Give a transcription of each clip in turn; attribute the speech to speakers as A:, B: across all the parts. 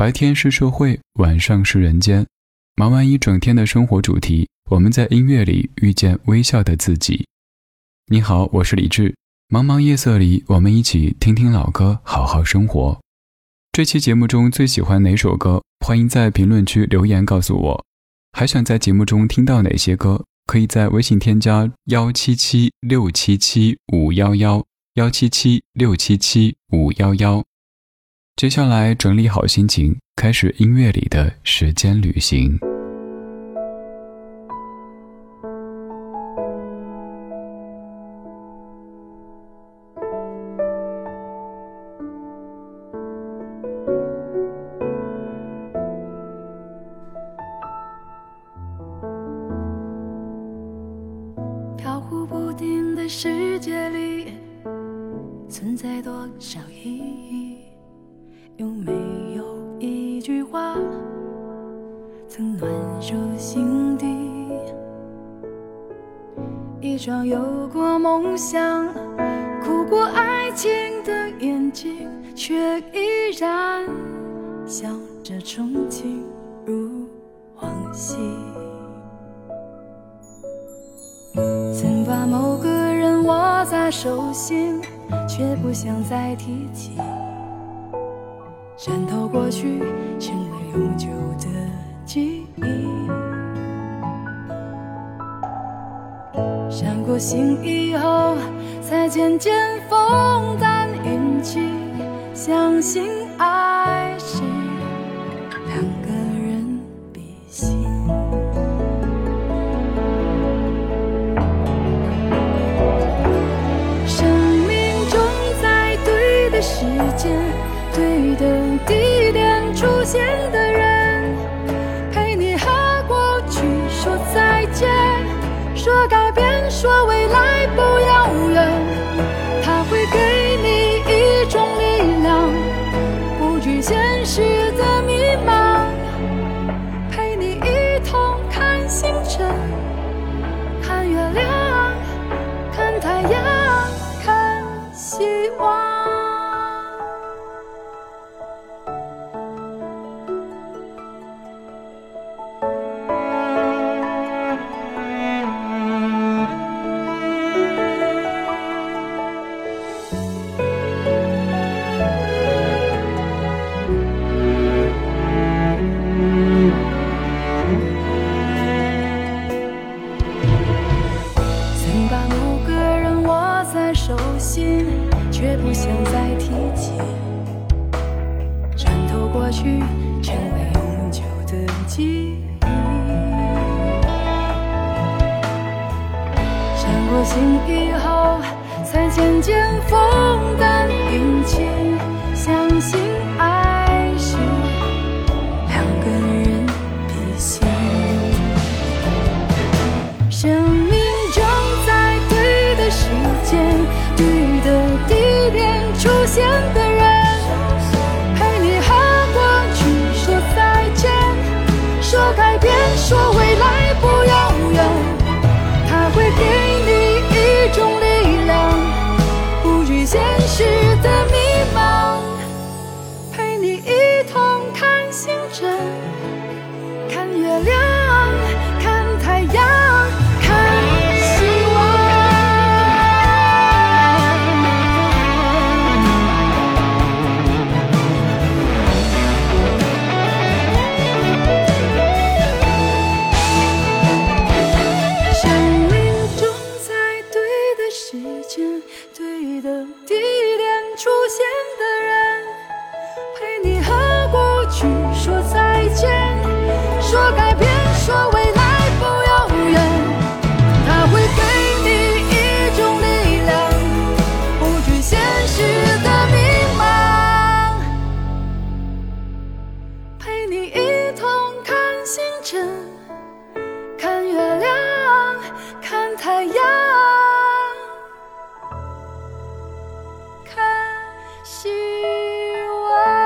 A: 白天是社会，晚上是人间。忙完一整天的生活主题，我们在音乐里遇见微笑的自己。你好，我是李志。茫茫夜色里，我们一起听听老歌，好好生活。这期节目中最喜欢哪首歌？欢迎在评论区留言告诉我。还想在节目中听到哪些歌？可以在微信添加177677511，177677511。接下来整理好心情，开始音乐里的时间旅行。
B: 飘忽不定的世界里，存在多少意义？有没有一句话曾暖入心底？一双有过梦想、哭过爱情的眼睛，却依然笑着憧憬如往昔。曾把某个人握在手心，却不想再提起，渗透过去，成为永久的记忆。伤过心以后，才渐渐风淡云轻，相信爱是两个人比心。生命中在对的时间，对的地点出现的人，陪你和过去说再见，说改变，说未来不遥远。他会给你一种力量，不惧现实的迷茫，陪你一同看星辰，看月亮，看太阳，看希望。却不想再提起，穿透过去，成为永久的记忆。伤过心以后，才渐渐风淡云轻，相信爱是两个人比心。生命中在对的时间，对的地点出现的人，陪你和过去说再见，说改变，说未来不遥远。他会给你一种力量，不惧现实的迷茫，陪你一同看星辰，看月亮，看太阳，看希望。对的地点出现的人，陪你和过去说再见，说改变，说未来不遥远。他会给你一种力量，不惧现实的迷茫，陪你一同看星辰，看月亮，看太阳，希望。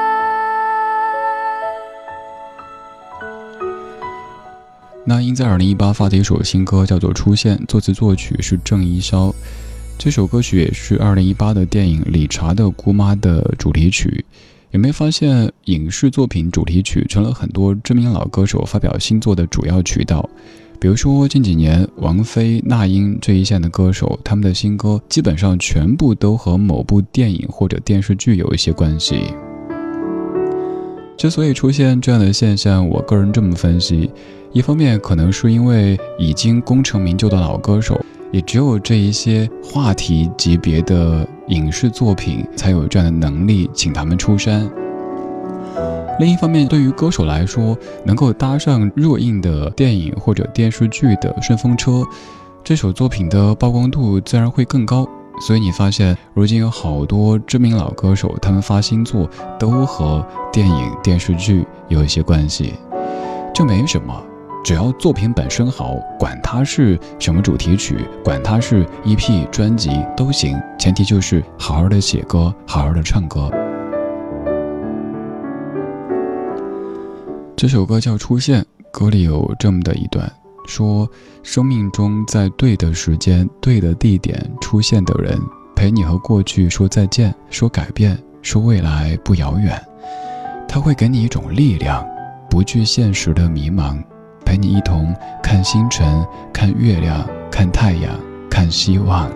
A: 那英在2018发的一首新歌叫做《出现》，作词作曲是郑怡潇。这首歌曲也是2018的电影《理查的姑妈》的主题曲。有没有发现影视作品主题曲成了很多知名老歌手发表新作的主要渠道。比如说近几年王菲、那英这一线的歌手，他们的新歌基本上全部都和某部电影或者电视剧有一些关系。之所以出现这样的现象，我个人这么分析，一方面可能是因为已经功成名就的老歌手，也只有这一些话题级别的影视作品才有这样的能力请他们出山。另一方面，对于歌手来说，能够搭上热映的电影或者电视剧的顺风车，这首作品的曝光度自然会更高。所以你发现如今有好多知名老歌手，他们发新作都和电影电视剧有一些关系。这没什么，只要作品本身好，管它是什么主题曲，管它是 EP 专辑都行，前提就是好好的写歌，好好的唱歌。这首歌叫《出现》，歌里有这么的一段，说生命中在对的时间对的地点出现的人，陪你和过去说再见，说改变，说未来不遥远。他会给你一种力量，不惧现实的迷茫，陪你一同看星辰，看月亮，看太阳，看希望。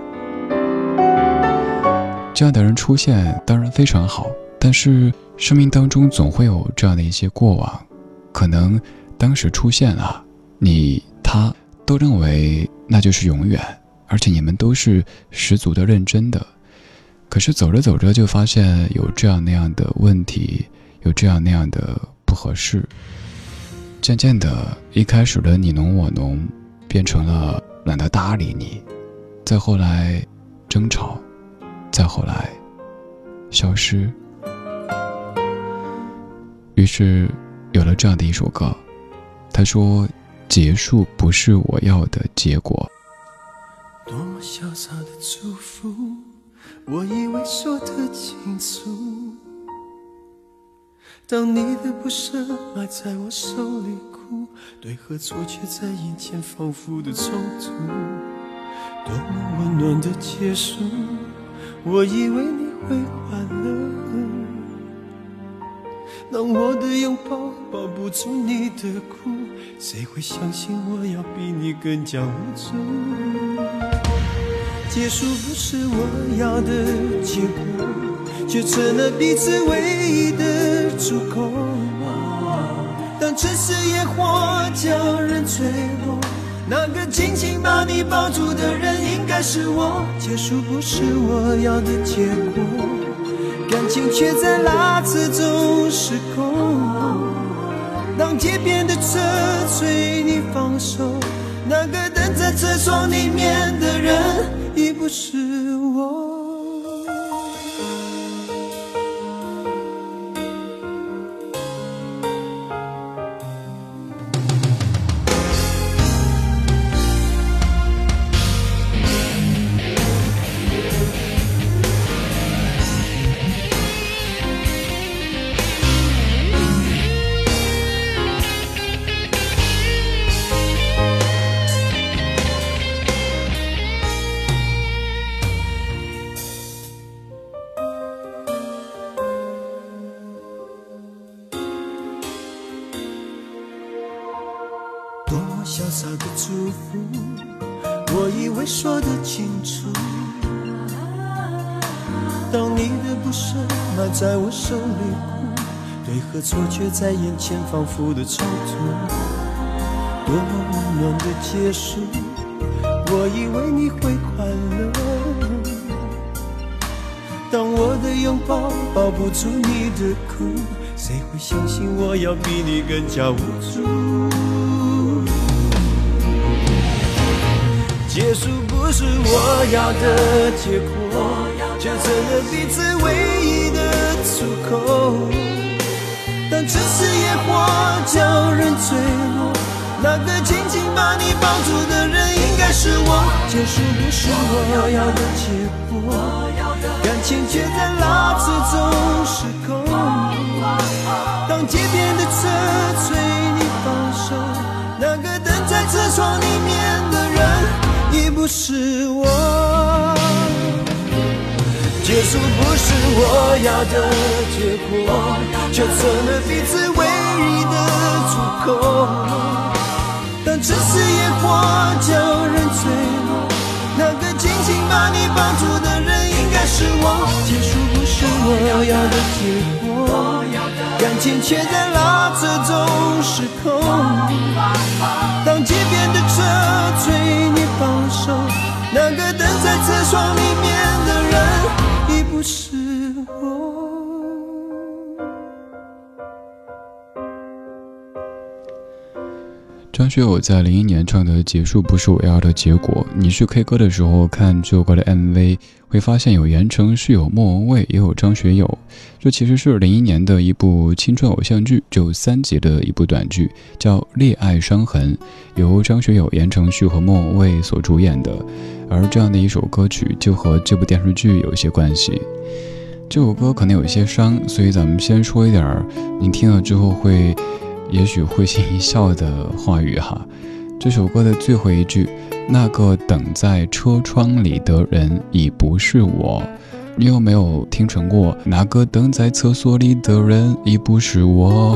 A: 这样的人出现当然非常好，但是生命当中总会有这样的一些过往，可能当时出现了，你他都认为那就是永远，而且你们都是十足的认真的。可是走着走着就发现有这样那样的问题，有这样那样的不合适。渐渐的，一开始的你侬我侬变成了懒得搭理你，再后来争吵，再后来消失。于是有了这样的一首歌，他说结束不是我要的结果。
C: 多么潇洒的祝福，我以为说得清楚，当你的不舍埋在我手里哭，对和错却在眼前反复的冲突。多么温暖的结束，我以为你会快乐，当我的拥抱抱不住你的哭，谁会相信我要比你更加无助。结束不是我要的结果，却成了彼此唯一的出口。当城市野火叫人坠落，那个紧紧把你抱住的人应该是我。结束不是我要的结果，感情却在拉扯中失控。当街边的车催你放手，那个等在车窗里面的人已不是我。多么潇洒的祝福，我以为说得清楚，当你的不舍埋在我手里哭，对和错却在眼前反复的冲突。多么温暖的结束，我以为你会快乐，当我的拥抱抱不住你的哭，谁会相信我要比你更加无助。结束不是我要的结果，却成了彼此唯一的出口。当城市野火叫人坠落，那个紧紧把你抱住的人应该是我。结束不是我要的结果，感情却在拉扯中失控。当街边的车催你放手，那个等在车窗里面的人已不是我。结束束不是我要的结果，却成了彼此唯一的出口。当城市野火叫人坠落，那个紧紧把你绑住的人应该是我。结束不是我要的结果，感情却在拉扯中失控。当街边的车催你放手，那个等在车窗里面的人已不是我。
A: 张学友在01年唱的《结束不是我要的结果》，你去 K 歌的时候看这首歌的 MV， 会发现有言承旭、有莫文蔚，也有张学友。这其实是01年的一部青春偶像剧，只有3集的一部短剧，叫《恋爱伤痕》，由张学友、言承旭和莫文蔚所主演的。而这样的一首歌曲就和这部电视剧有些关系。这首歌可能有一些伤，所以咱们先说一点您听了之后也许会心一笑的话语哈。这首歌的最后一句，那个等在车窗里的人已不是我，你有没有听成过那个等在厕所里的人已不是我？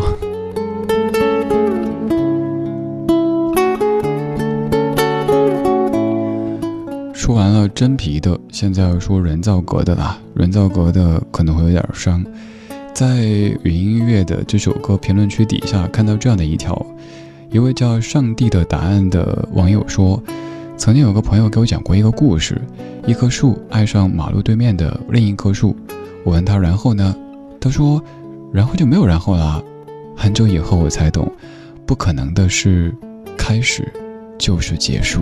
A: 说完了真皮的，现在要说人造革的啦。人造革的可能会有点伤。在云音乐的这首歌评论区底下看到这样的一条，一位叫上帝的答案的网友说，曾经有个朋友给我讲过一个故事，一棵树爱上马路对面的另一棵树。我问他然后呢？他说然后就没有然后啦。很久以后我才懂，不可能的是开始就是结束。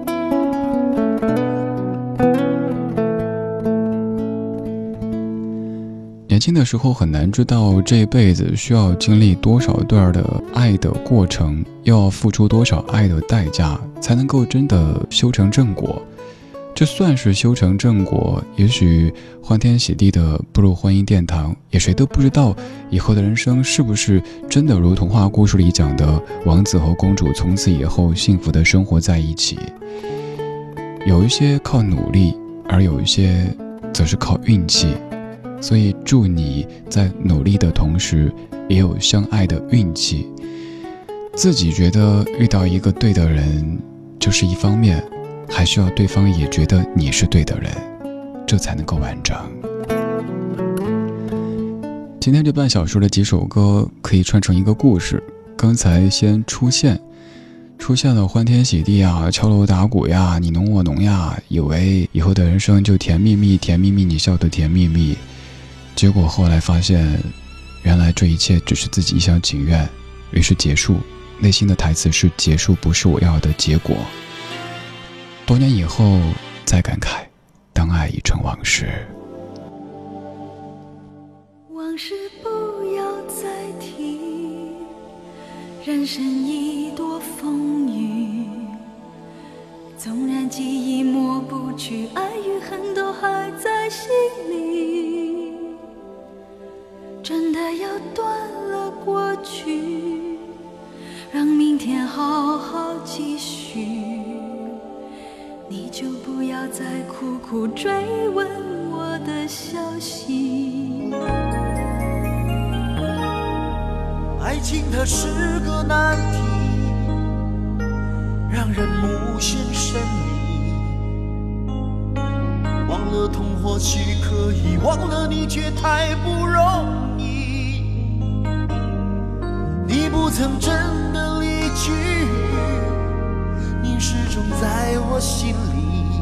A: 年轻的时候很难知道这辈子需要经历多少段的爱的过程，又要付出多少爱的代价，才能够真的修成正果。这算是修成正果，也许欢天喜地的步入婚姻殿堂，也谁都不知道以后的人生是不是真的如童话故事里讲的，王子和公主从此以后幸福的生活在一起。有一些靠努力，而有一些则是靠运气。所以祝你在努力的同时也有相爱的运气。自己觉得遇到一个对的人就是一方面，还需要对方也觉得你是对的人，这才能够完整。今天这半小时的几首歌可以串成一个故事。刚才先出现了欢天喜地啊，敲锣打鼓呀，你侬我侬呀，以为以后的人生就甜蜜蜜，甜蜜蜜，你笑得甜蜜蜜。结果后来发现，原来这一切只是自己一厢情愿，于是结束。内心的台词是结束不是我要的结果。多年以后再感慨，当爱已成往事。
B: 往事不要再提，人生已多风雨，纵然记忆抹不去，爱与恨都还在心里。真的要断了过去，让明天好好继续，你就不要再苦苦追问我的消息。
C: 爱情它是个难题，让人无限神秘，忘了痛或许可以，忘了你却太不容易。你不曾真的离去，你始终在我心里。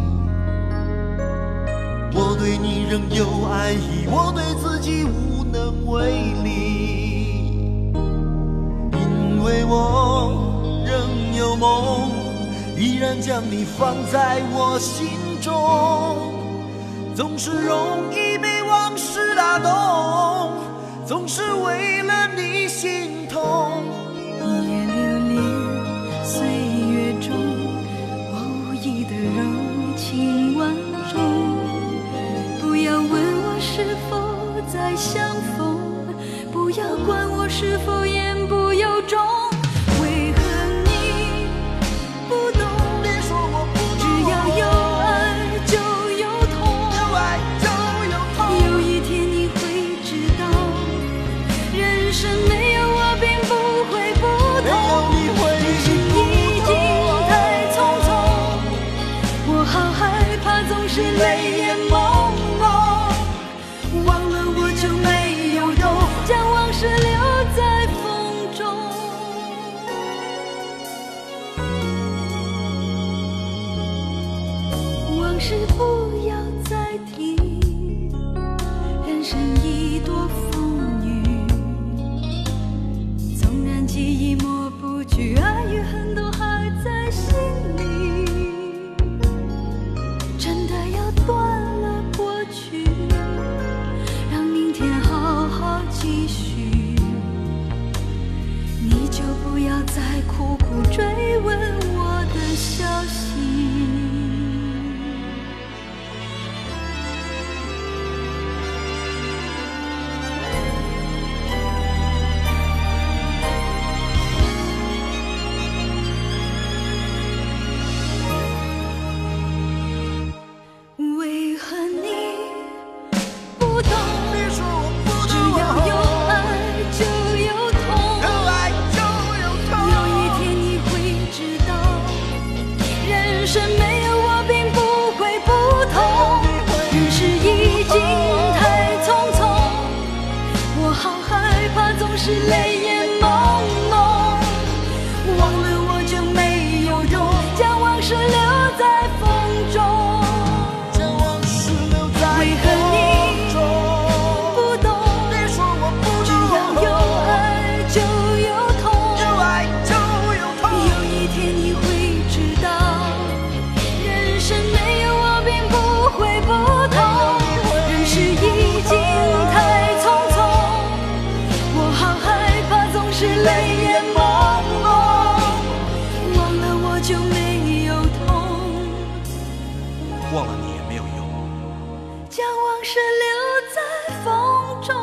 C: 我对你仍有爱意，我对自己无能为力，因为我仍有梦，依然将你放在我心中。总是容易被往事打动，总是为了你心痛。
B: 一夜流连岁月中，我无意的柔情万种。不要问我是否再相逢，不要管我是否言不由衷。为何你不懂？
C: 别说我不懂，
B: 只要有爱就有痛，
C: 有爱就有痛。
B: 是不要再提，人生已多风雨，纵然记忆抹不去，爱与恨都还在心里，真的要断了过去，让明天好好继续，你就不要再苦苦追问我的消息。为何你不懂？只要有爱就有痛，有一天你会知道，人生没有我并不会不同。人世已经太匆匆，我好害怕总是泪眼朦胧，忘了我就没有用，将往事留在风中。为何你不懂？只要有爱就有痛，有一天你会知道，人生没有我并不会不同。人世已经太匆匆，我好害怕总是泪眼朦胧，忘了我就没有痛，
C: 忘了你也没有用。
B: 将往事留在风中。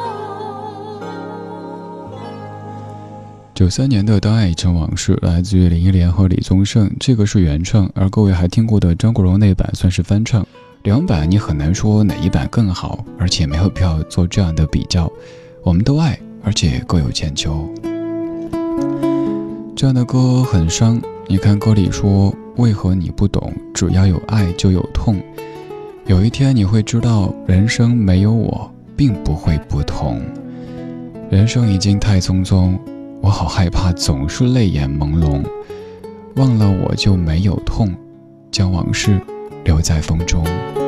A: 93年的《当爱已成往事》来自于林忆莲和李宗盛，这个是原唱，而各位还听过的张国荣那版算是翻唱。两版你很难说哪一版更好，而且没有必要做这样的比较。我们都爱，而且各有千秋。这样的歌很伤，你看歌里说，为何你不懂？只要有爱就有痛。有一天你会知道，人生没有我并不会不同。人生已经太匆匆，我好害怕总是泪眼朦胧，忘了我就没有痛，将往事留在风中。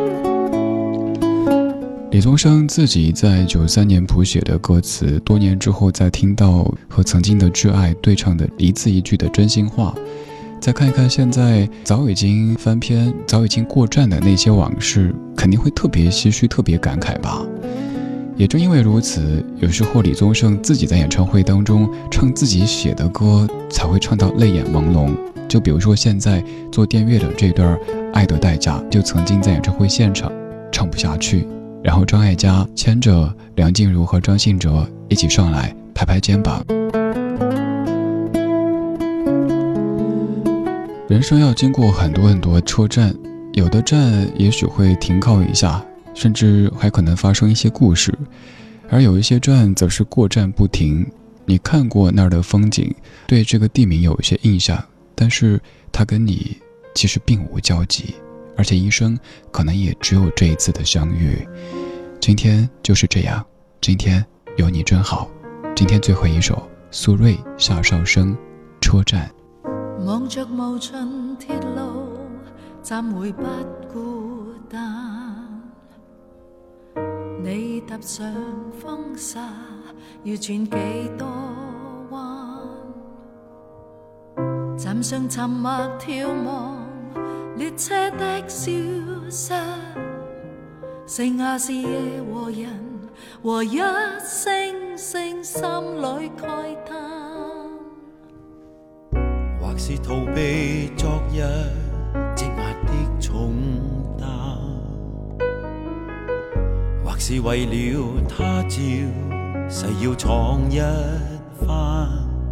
A: 李宗盛自己在93年谱写的歌词，多年之后再听到和曾经的挚爱对唱的一字一句的真心话，再看一看现在早已经翻篇早已经过站的那些往事，肯定会特别唏嘘特别感慨吧。也正因为如此，有时候李宗盛自己在演唱会当中唱自己写的歌，才会唱到泪眼朦胧。就比如说现在做电乐的这段《爱的代价》，就曾经在演唱会现场唱不下去，然后张艾嘉牵着梁静茹和张信哲一起上来拍拍肩膀。人生要经过很多很多车站，有的站也许会停靠一下，甚至还可能发生一些故事，而有一些站则是过站不停。你看过那儿的风景，对这个地名有一些印象，但是它跟你其实并无交集，而且一生可能也只有这一次的相遇。今天就是这样，今天有你真好。今天最后一首，苏芮、夏绍生，车站。
B: 望着無盡鐵路，暫會不孤單。你踏上風沙，要轉幾多彎？站上沉默眺望列車的消失，剩下是夜和人和一聲聲心裏慨嘆。
C: 或是逃避昨日積壓的重擔，或是為了他朝誓要闖一番，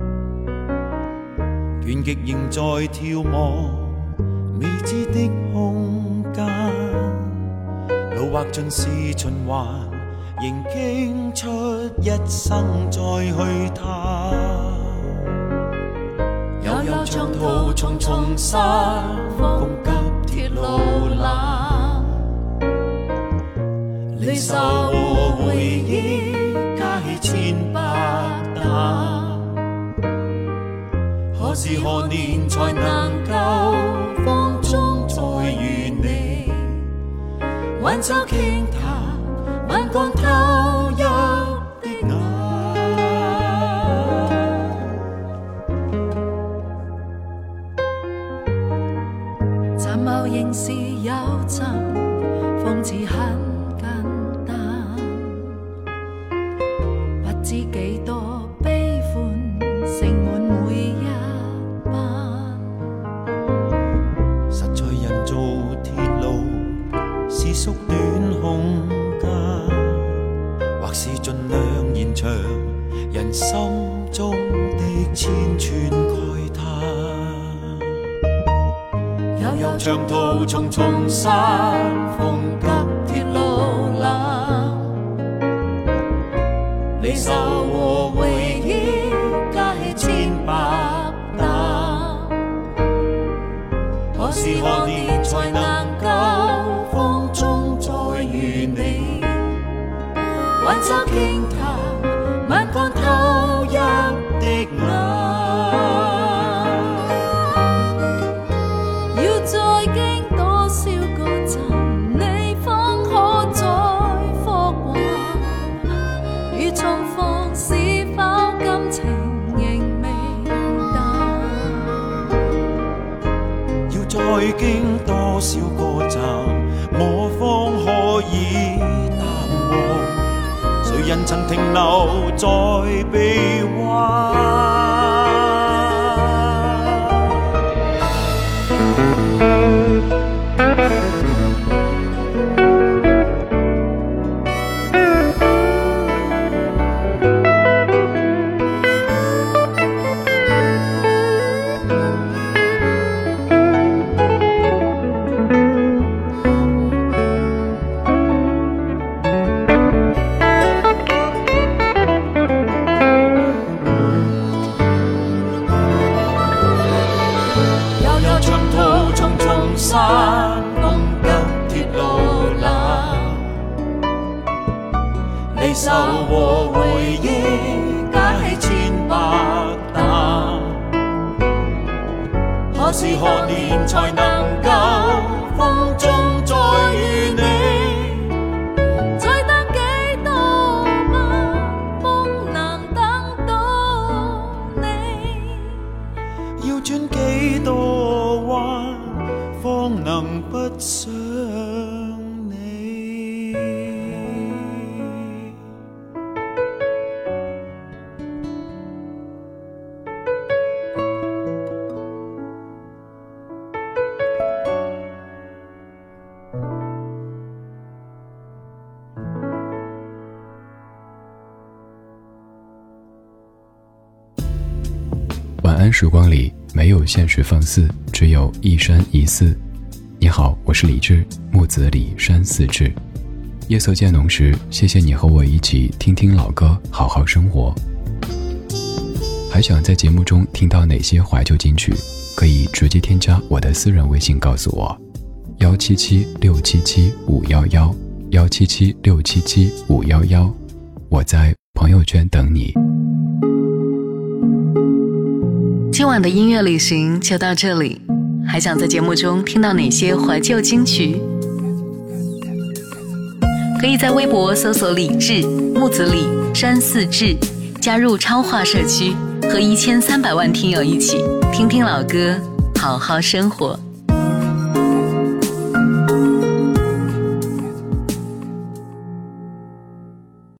C: 倦極仍在眺望未知的空間，路劃盡是循環，仍經出一生再去探。悠悠長途重重山，風急鐵路冷，離愁和回憶加起千百擔，何時何年才能夠風中再與你走傾談，晚光偷泣的眼。
B: 暫貌仍是有陣諷刺很簡單，不知幾多悲歡盛滿每一班。
C: 實在人造鐵路是縮短空間，或是盡量延長人心中的千串慨嘆。悠長途重重山峰急鐵路冷，離愁和回憶皆千百擔。可是何年才能夠風中再遇你？挽手傾談，晚光偷泣的眼。再經多少個站，我方可以淡忘？誰人曾停留在臂彎？山東急鐵路冷，離愁和回憶皆千百擔。可是何年才能夠風中再遇你？
B: 再等幾多晚，風能等到你？
C: 要轉幾多彎，方能不想你。
A: 晚安时光里没有现实放肆，只有一山一寺。你好，我是李志，木子李山寺志。夜色渐浓时，谢谢你和我一起听听老歌，好好生活。还想在节目中听到哪些怀旧金曲，可以直接添加我的私人微信告诉我，177677511，177677511，我在朋友圈等你。
D: 今晚的音乐旅行就到这里，还想在节目中听到哪些怀旧金曲？可以在微博搜索李志、木子李、山寺志，加入超话社区，和1300万听友一起听听老歌，好好生活。